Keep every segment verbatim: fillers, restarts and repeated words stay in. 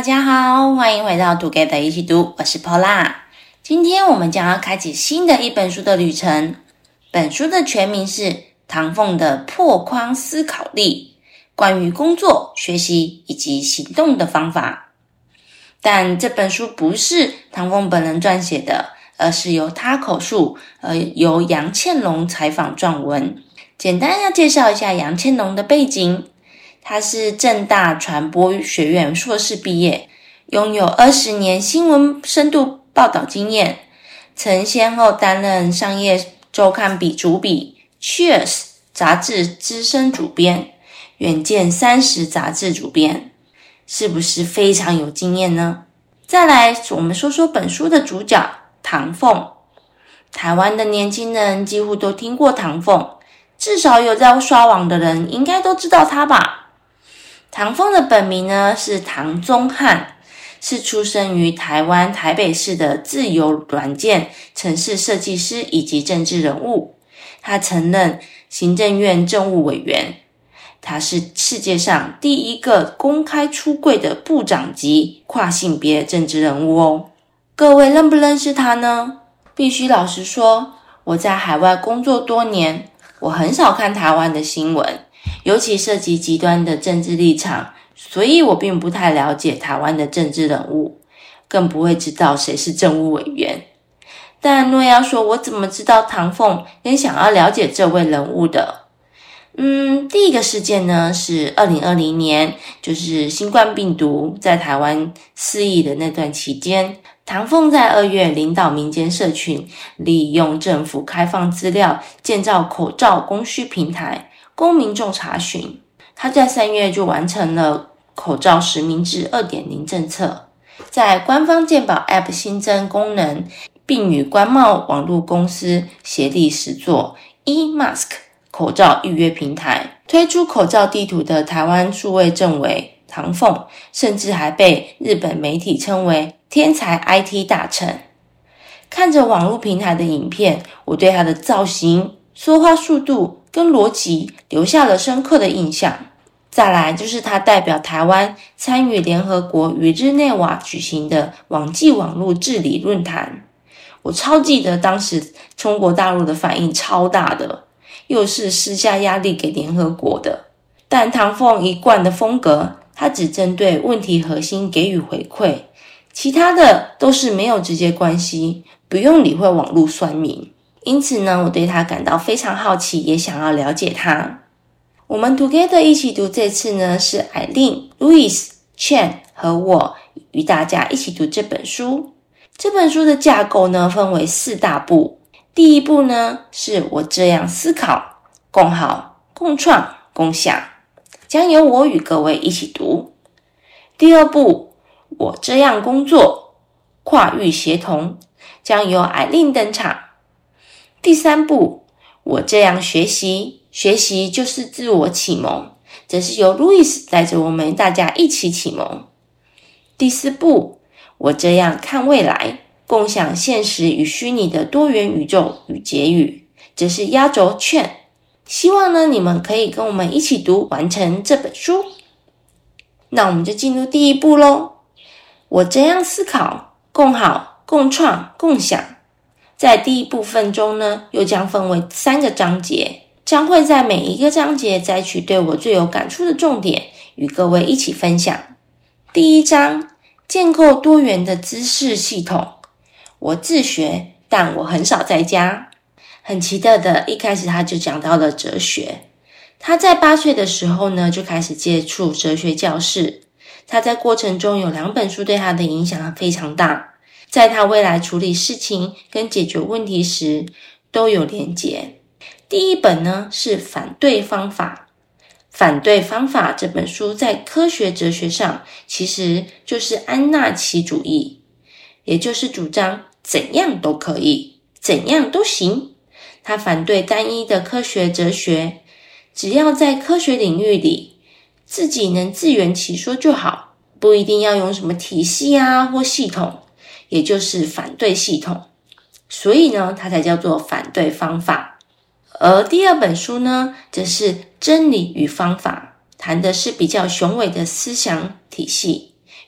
大家好，欢迎回到 Together 一起读，我是 Paula。今天我们将要开启新的一本书的旅程。本书的全名是唐凤的破框思考力，关于工作、学习以及行动的方法。但这本书不是唐凤本人撰写的，而是由他口述，呃，由杨倩龙采访撰文。简单要介绍一下杨倩龙的背景。他是政大传播学院硕士毕业，拥有二十年新闻深度报道经验，曾先后担任商业周刊比主笔、Cheers 杂志资深主编、远见三十杂志主编，是不是非常有经验呢？再来，我们说说本书的主角唐凤。台湾的年轻人几乎都听过唐凤，至少有在刷网的人应该都知道他吧。唐凤的本名呢是唐宗翰，是出生于台湾台北市的自由软件程式设计师以及政治人物。他曾任行政院政务委员，他是世界上第一个公开出柜的部长级跨性别政治人物哦。各位认不认识他呢？必须老实说，我在海外工作多年，我很少看台湾的新闻，尤其涉及极端的政治立场，所以我并不太了解台湾的政治人物，更不会知道谁是政务委员。但若要说我怎么知道唐凤跟想要了解这位人物的，嗯，第一个事件呢是二零二零年，就是新冠病毒在台湾肆意的那段期间，唐凤在二月领导民间社群，利用政府开放资料建造口罩供需平台，供民众查询。他在三月就完成了口罩实名制 二点零 政策，在官方健保 App 新增功能，并与关贸网络公司协力实作 eMask 口罩预约平台。推出口罩地图的台湾数位政委唐凤，甚至还被日本媒体称为天才 I T 大臣。看着网络平台的影片，我对他的造型、说话速度跟逻辑留下了深刻的印象。再来就是他代表台湾参与联合国与日内瓦举行的网际网络治理论坛。我超记得当时中国大陆的反应超大的，又是施加压力给联合国的。但唐凤一贯的风格，他只针对问题核心给予回馈，其他的都是没有直接关系，不用理会网络酸民。因此呢，我对他感到非常好奇，也想要了解他。我们 Together 一起读这次呢，是艾琳、Louis、Chen 和我与大家一起读这本书。这本书的架构呢，分为四大部。第一部呢，是我这样思考，共好、共创、共享，将由我与各位一起读。第二部，我这样工作，跨域协同，将由艾琳登场。第三部，我这样学习，学习就是自我启蒙，这是由 Louis 带着我们大家一起启蒙。第四部，我这样看未来，共享现实与虚拟的多元宇宙与结语，这是压轴券。希望呢，你们可以跟我们一起读完成这本书。那我们就进入第一步咯。我这样思考，共好、共创、共享。在第一部分中呢，又将分为三个章节，将会在每一个章节摘取对我最有感触的重点，与各位一起分享。第一章，建构多元的知识系统。我自学，但我很少在家。很奇特的，一开始他就讲到了哲学。他在八岁的时候呢，就开始接触哲学教室。他在过程中有两本书对他的影响非常大，在他未来处理事情跟解决问题时都有连结。第一本呢是反对方法。反对方法这本书在科学哲学上其实就是安纳奇主义，也就是主张怎样都可以，怎样都行。他反对单一的科学哲学，只要在科学领域里自己能自圆其说就好，不一定要用什么体系啊或系统，也就是反对系统。所以呢，它才叫做反对方法。而第二本书呢，则是真理与方法，谈的是比较雄伟的思想体系，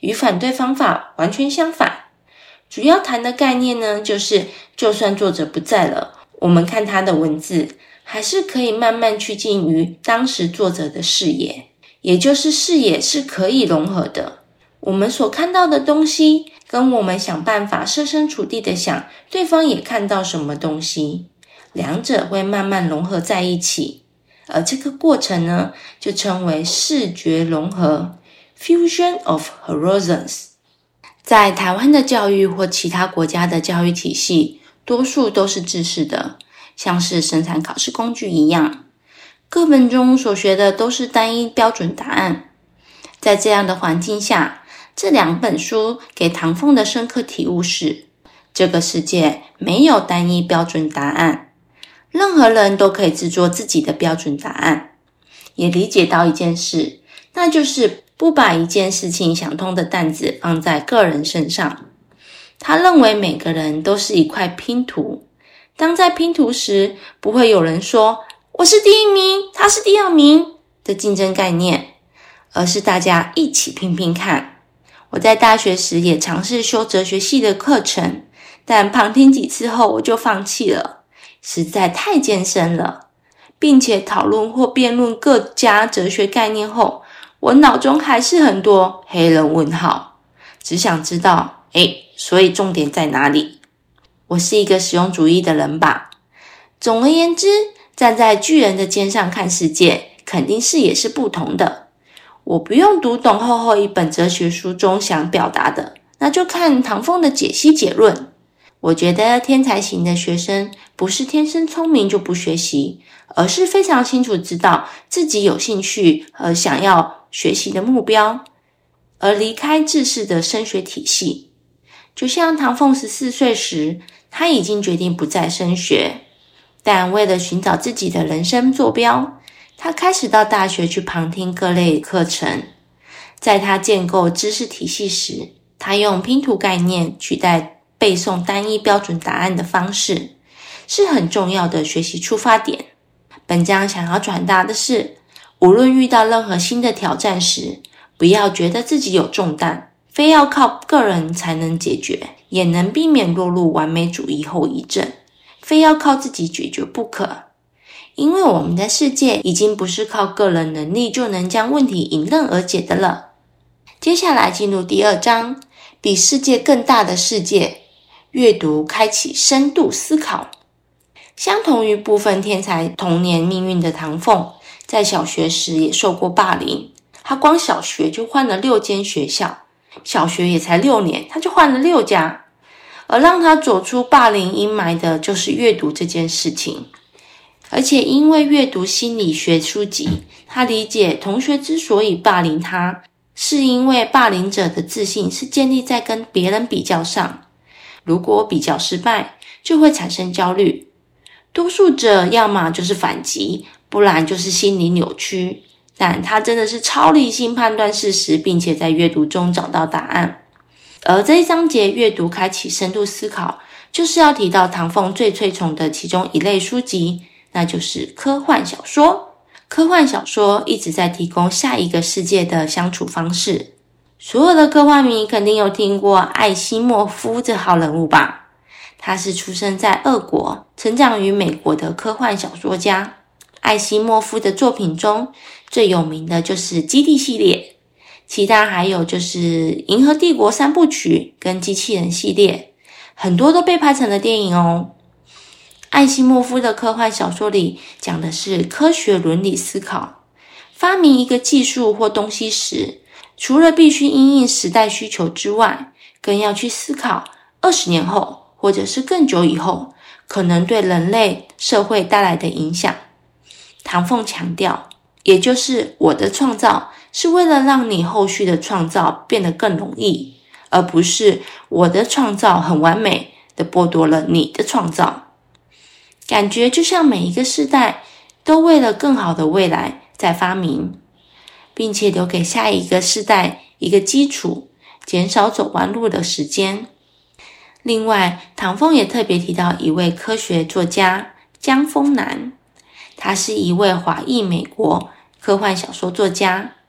与反对方法完全相反。主要谈的概念呢，就是就算作者不在了，我们看他的文字，还是可以慢慢趋近于当时作者的视野，也就是视野是可以融合的。我们所看到的东西，跟我们想办法设身处地的想，对方也看到什么东西，两者会慢慢融合在一起。而这个过程呢，就称为视觉融合 （Fusion of Horizons）。在台湾的教育或其他国家的教育体系，多数都是制式的，像是生产考试工具一样，课本中所学的都是单一标准答案。在这样的环境下，这两本书给唐凤的深刻体悟是，这个世界没有单一标准答案，任何人都可以制作自己的标准答案。也理解到一件事，那就是不把一件事情想通的担子放在个人身上。他认为每个人都是一块拼图，当在拼图时，不会有人说我是第一名，他是第二名的竞争概念，而是大家一起拼拼看。我在大学时也尝试修哲学系的课程，但旁听几次后我就放弃了，实在太艰深了，并且讨论或辩论各家哲学概念后，我脑中还是很多黑人问号，只想知道，诶，所以重点在哪里？我是一个实用主义的人吧。总而言之，站在巨人的肩上看世界，肯定视野是不同的。我不用读懂厚厚一本哲学书中想表达的，那就看唐凤的解析结论。我觉得天才型的学生不是天生聪明就不学习，而是非常清楚知道自己有兴趣和想要学习的目标，而离开制式的升学体系。就像唐凤十四岁时，他已经决定不再升学，但为了寻找自己的人生坐标，他开始到大学去旁听各类课程。在他建构知识体系时，他用拼图概念取代背诵单一标准答案的方式，是很重要的学习出发点。本章想要传达的是，无论遇到任何新的挑战时，不要觉得自己有重担，非要靠个人才能解决，也能避免落入完美主义后遗症，非要靠自己解决不可。因为我们的世界已经不是靠个人能力就能将问题迎刃而解的了。接下来进入第二章，比世界更大的世界，阅读开启深度思考。相同于部分天才童年命运的唐凤，在小学时也受过霸凌。他光小学就换了六间学校，小学也才六年，他就换了六家。而让他走出霸凌阴霾的就是阅读这件事情。而且因为阅读心理学书籍，他理解同学之所以霸凌他，是因为霸凌者的自信是建立在跟别人比较上。如果比较失败，就会产生焦虑。多数者要么就是反击，不然就是心理扭曲。但他真的是超理性判断事实，并且在阅读中找到答案。而这一章节阅读开启深度思考，就是要提到唐凤最推崇的其中一类书籍，那就是科幻小说。科幻小说一直在提供下一个世界的相处方式。所有的科幻迷肯定有听过艾西莫夫这号人物吧？他是出生在俄国，成长于美国的科幻小说家。艾西莫夫的作品中最有名的就是基地系列，其他还有就是银河帝国三部曲跟机器人系列，很多都被拍成了电影哦。艾西莫夫的科幻小说里讲的是科学伦理思考，发明一个技术或东西时，除了必须因应时代需求之外，更要去思考二十年后或者是更久以后可能对人类社会带来的影响。唐凤强调，也就是我的创造是为了让你后续的创造变得更容易，而不是我的创造很完美的剥夺了你的创造。感觉就像每一个世代都为了更好的未来在发明，并且留给下一个世代一个基础，减少走弯路的时间。另外，唐凤也特别提到一位科学作家江丰南，他是一位华裔美国科幻小说作家。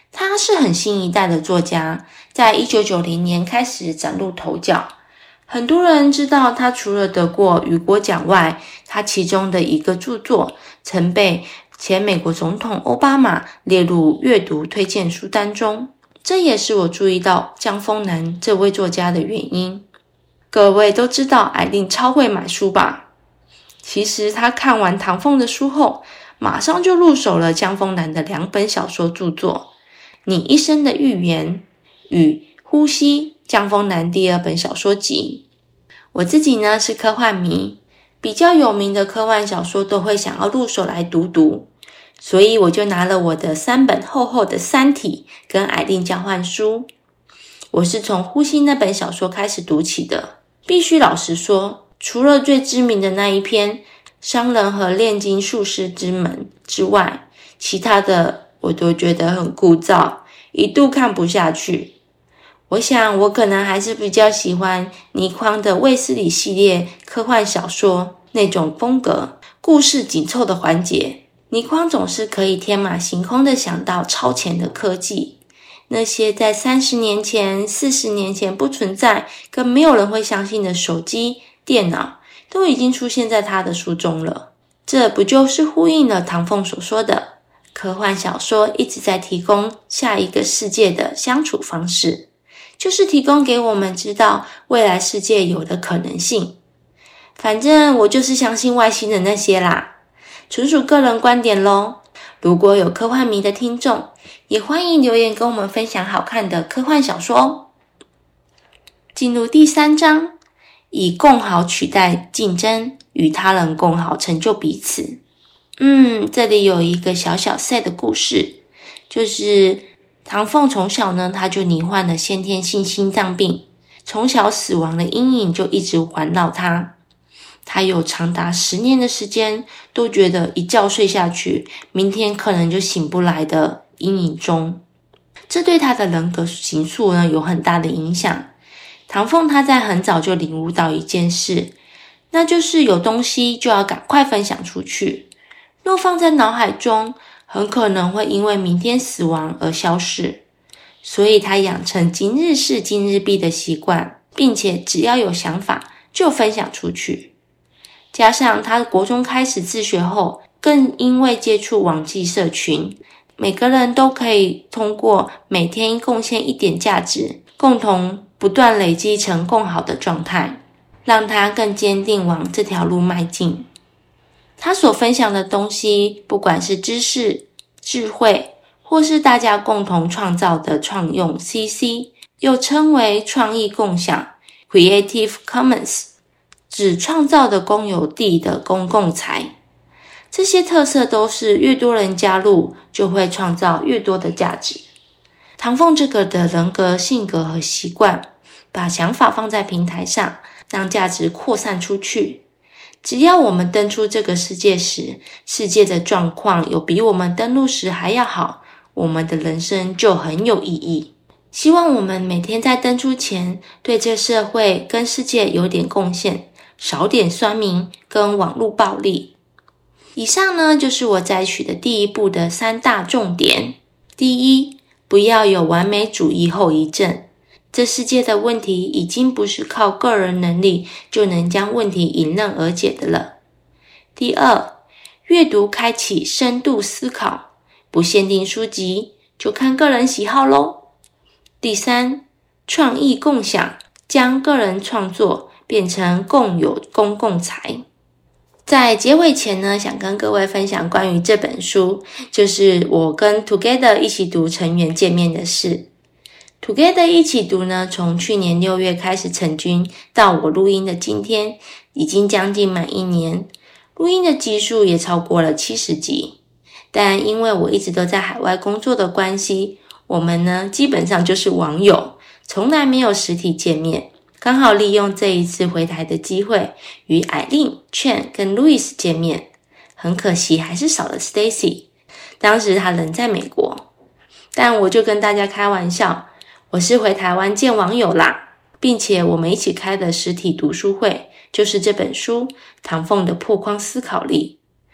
他是很新一代的作家，在一九九零年开始崭露头角。很多人知道他除了得过雨果奖外，他其中的一个著作曾被前美国总统奥巴马列入阅读推荐书单中，这也是我注意到江丰南这位作家的原因。各位都知道艾琳超会买书吧？其实他看完唐凤的书后，马上就入手了江丰南的两本小说著作《你一生的预言》与《呼吸》，江丰南第二本小说集。我自己呢是科幻迷，比较有名的科幻小说都会想要入手来读读，所以我就拿了我的三本厚厚的《三体》跟艾琳交换书。我是从《呼吸》那本小说开始读起的，必须老实说，除了最知名的那一篇《商人和炼金术师之门》之外，其他的我都觉得很枯燥，一度看不下去。我想我可能还是比较喜欢倪匡的卫斯理系列科幻小说那种风格，故事紧凑的环节。倪匡总是可以天马行空的想到超前的科技，那些在三十年前、四十年前不存在，更没有人会相信的手机、电脑，都已经出现在他的书中了。这不就是呼应了唐凤所说的，科幻小说一直在提供下一个世界的相处方式，就是提供给我们知道未来世界有的可能性。反正我就是相信外星人那些啦，纯属个人观点咯。如果有科幻迷的听众，也欢迎留言跟我们分享好看的科幻小说哦。进入第三章，以共好取代竞争，与他人共好成就彼此。嗯，这里有一个小小 sad 的故事，就是唐凤从小呢，他就罹患了先天性心脏病，从小死亡的阴影就一直环绕他。他有长达十年的时间都觉得一觉睡下去，明天可能就醒不来的阴影中，这对他的人格形塑呢有很大的影响。唐凤他在很早就领悟到一件事，那就是有东西就要赶快分享出去，若放在脑海中，很可能会因为明天死亡而消逝。所以他养成今日事今日毕的习惯，并且只要有想法就分享出去。加上他国中开始自学后，更因为接触网际社群，每个人都可以通过每天贡献一点价值，共同不断累积成共好的状态，让他更坚定往这条路迈进。他所分享的东西，不管是知识、智慧，或是大家共同创造的创用 C C， 又称为创意共享 Creative Commons， 指创造的公有地的公共财。这些特色都是越多人加入，就会创造越多的价值。唐凤这个的人格、性格和习惯，把想法放在平台上，让价值扩散出去。只要我们登出这个世界时，世界的状况有比我们登陆时还要好，我们的人生就很有意义。希望我们每天在登出前，对这社会跟世界有点贡献，少点酸民跟网络暴力。以上呢，就是我摘取的第一步的三大重点。第一，不要有完美主义后遗症。这世界的问题已经不是靠个人能力就能将问题迎刃而解的了。第二，阅读开启深度思考，不限定书籍，就看个人喜好咯。第三，创意共享，将个人创作变成共有公共财。在结尾前呢，想跟各位分享关于这本书，就是我跟 Together 一起读成员见面的事。Together 一起读呢，从去年六月开始成军，到我录音的今天，已经将近满一年，录音的集数也超过了七十集。但因为我一直都在海外工作的关系，我们呢基本上就是网友，从来没有实体见面。刚好利用这一次回台的机会，与艾琳、Chen 跟 Louis 见面。很可惜还是少了 Stacy， 当时他人在美国。但我就跟大家开玩笑，我是回台湾见网友啦，并且我们一起开的实体读书会，就是这本书《唐凤的破框思考力》。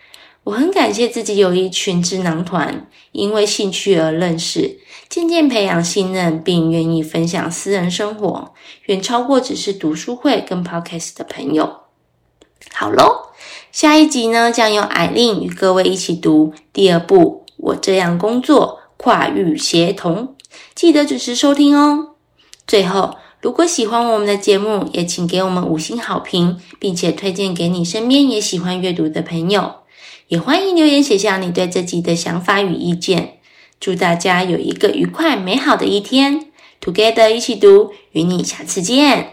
我很感谢自己有一群智囊团，因为兴趣而认识，渐渐培养信任，并愿意分享私人生活，远超过只是读书会跟 podcast 的朋友。好咯，下一集呢，将由艾琳与各位一起读第二部《我这样工作：跨域协同》，记得准时收听哦。最后，如果喜欢我们的节目，也请给我们五星好评，并且推荐给你身边也喜欢阅读的朋友。也欢迎留言写下你对这集的想法与意见。祝大家有一个愉快美好的一天。Together 一起读，与你下次见。